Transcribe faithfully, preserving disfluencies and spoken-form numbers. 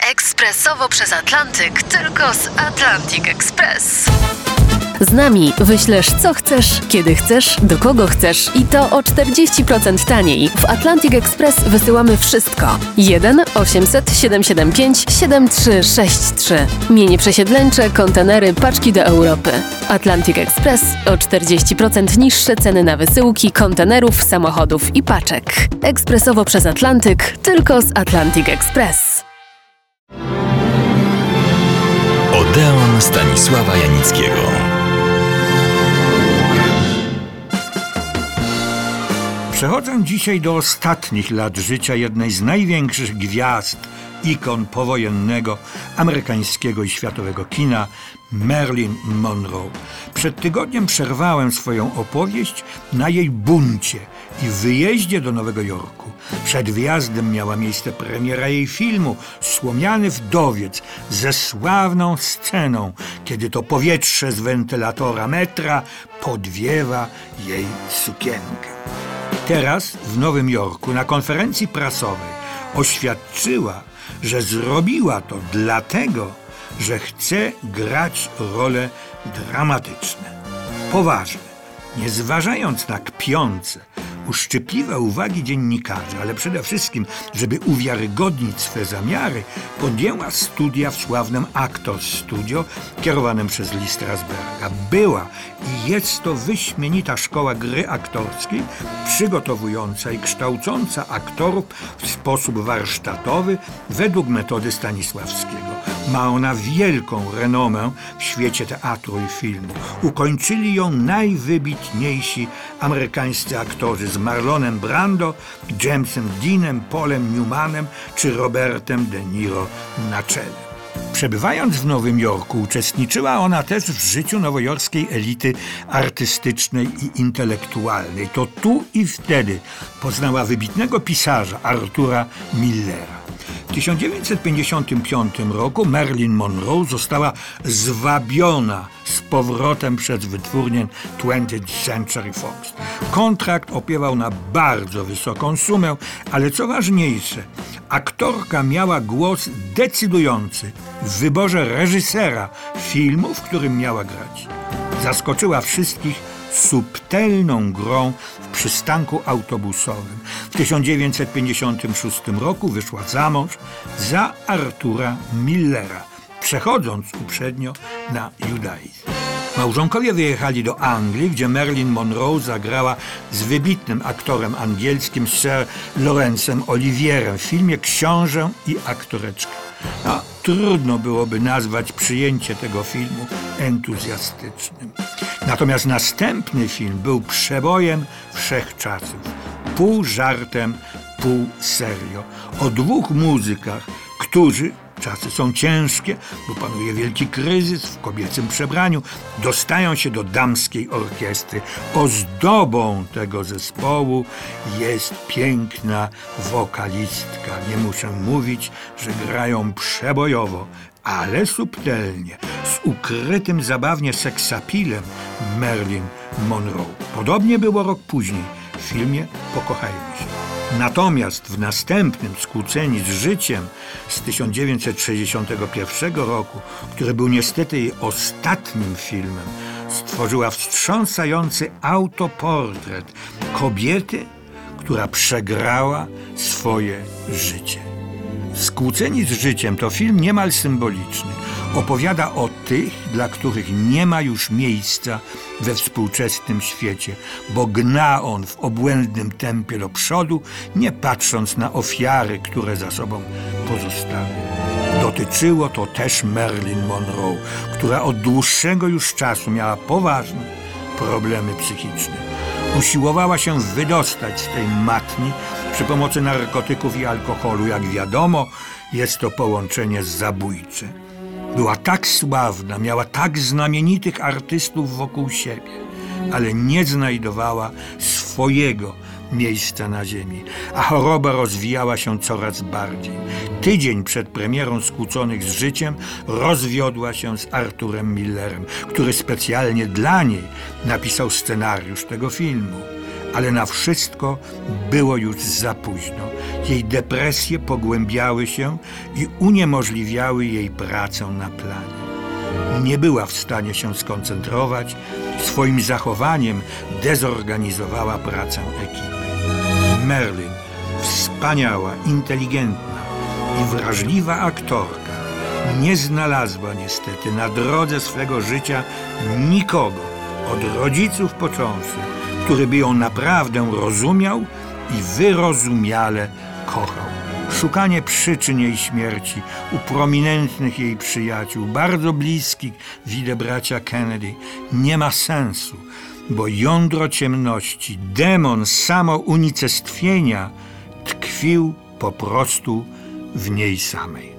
Ekspresowo przez Atlantyk, tylko z Atlantic Express. Z nami wyślesz co chcesz, kiedy chcesz, do kogo chcesz i to o czterdzieści procent taniej. W Atlantic Express wysyłamy wszystko. jeden osiemset siedemset siedemdziesiąt pięć siedemdziesiąt trzy sześćdziesiąt trzy. Mienie przesiedleńcze, kontenery, paczki do Europy. Atlantic Express o czterdzieści procent niższe ceny na wysyłki, kontenerów, samochodów i paczek. Ekspresowo przez Atlantyk, tylko z Atlantic Express. Odeon Stanisława Janickiego. Przechodzę dzisiaj do ostatnich lat życia jednej z największych gwiazd, ikon powojennego, amerykańskiego i światowego kina, Marilyn Monroe. Przed tygodniem przerwałem swoją opowieść na jej buncie i wyjeździe do Nowego Jorku. Przed wyjazdem miała miejsce premiera jej filmu Słomiany wdowiec ze sławną sceną, kiedy to powietrze z wentylatora metra podwiewa jej sukienkę. Teraz w Nowym Jorku na konferencji prasowej oświadczyła, że zrobiła to dlatego, że chce grać role dramatyczne, poważne, nie zważając na kpiące, uszczypliwe uwagi dziennikarzy, ale przede wszystkim, żeby uwiarygodnić swe zamiary, podjęła studia w sławnym Actors Studio kierowanym przez Lee Strasberga. Była i jest to wyśmienita szkoła gry aktorskiej, przygotowująca i kształcąca aktorów w sposób warsztatowy według metody Stanisławskiego. Ma ona wielką renomę w świecie teatru i filmu. Ukończyli ją najwybitniejsi amerykańscy aktorzy z Marlonem Brando, Jamesem Deanem, Paulem Newmanem czy Robertem De Niro na czele. Przebywając w Nowym Jorku, uczestniczyła ona też w życiu nowojorskiej elity artystycznej i intelektualnej. To tu i wtedy poznała wybitnego pisarza Artura Millera. W tysiąc dziewięćset pięćdziesiątym piątym roku Marilyn Monroe została zwabiona z powrotem przez wytwórnię twentieth Century Fox. Kontrakt opiewał na bardzo wysoką sumę, ale co ważniejsze, aktorka miała głos decydujący w wyborze reżysera filmu, w którym miała grać. Zaskoczyła wszystkich subtelną grą w przystanku autobusowym. W tysiąc dziewięćset pięćdziesiątym szóstym roku wyszła za mąż za Artura Millera, przechodząc uprzednio na judaizm. Małżonkowie wyjechali do Anglii, gdzie Marilyn Monroe zagrała z wybitnym aktorem angielskim Sir Laurencem Olivierem w filmie Książę i aktoreczka. No, trudno byłoby nazwać przyjęcie tego filmu entuzjastycznym. Natomiast następny film był przebojem wszechczasów. Pół żartem, pół serio. O dwóch muzykach, którzy, czasy są ciężkie, bo panuje wielki kryzys w kobiecym przebraniu, dostają się do damskiej orkiestry. Ozdobą tego zespołu jest piękna wokalistka. Nie muszę mówić, że grają przebojowo, ale subtelnie, z ukrytym zabawnie seksapilem Marilyn Monroe. Podobnie było rok później w filmie Pokochajmy się. Natomiast w następnym Skłóceni z życiem z tysiąc dziewięćset sześćdziesiątego pierwszego roku, który był niestety jej ostatnim filmem, stworzyła wstrząsający autoportret kobiety, która przegrała swoje życie. Skłóceni z życiem to film niemal symboliczny. Opowiada o tych, dla których nie ma już miejsca we współczesnym świecie, bo gna on w obłędnym tempie do przodu, nie patrząc na ofiary, które za sobą pozostawia. Dotyczyło to też Marilyn Monroe, która od dłuższego już czasu miała poważne problemy psychiczne. Usiłowała się wydostać z tej matni przy pomocy narkotyków i alkoholu. Jak wiadomo, jest to połączenie zabójcze. Była tak sławna, miała tak znamienitych artystów wokół siebie, ale nie znajdowała swojego miejsca na ziemi, a choroba rozwijała się coraz bardziej. Tydzień przed premierą Skłóconych z życiem rozwiodła się z Arturem Millerem, który specjalnie dla niej napisał scenariusz tego filmu. ale na wszystko było już za późno. Jej depresje pogłębiały się i uniemożliwiały jej pracę na planie. Nie była w stanie się skoncentrować, swoim zachowaniem dezorganizowała pracę ekipy. Merlin, wspaniała, inteligentna i wrażliwa aktorka, nie znalazła niestety na drodze swego życia nikogo, od rodziców począwszy, który by ją naprawdę rozumiał i wyrozumiale kochał. Szukanie przyczyn jej śmierci u prominentnych jej przyjaciół, bardzo bliskich widzę bracia Kennedy, nie ma sensu, bo jądro ciemności, demon samounicestwienia tkwił po prostu w niej samej.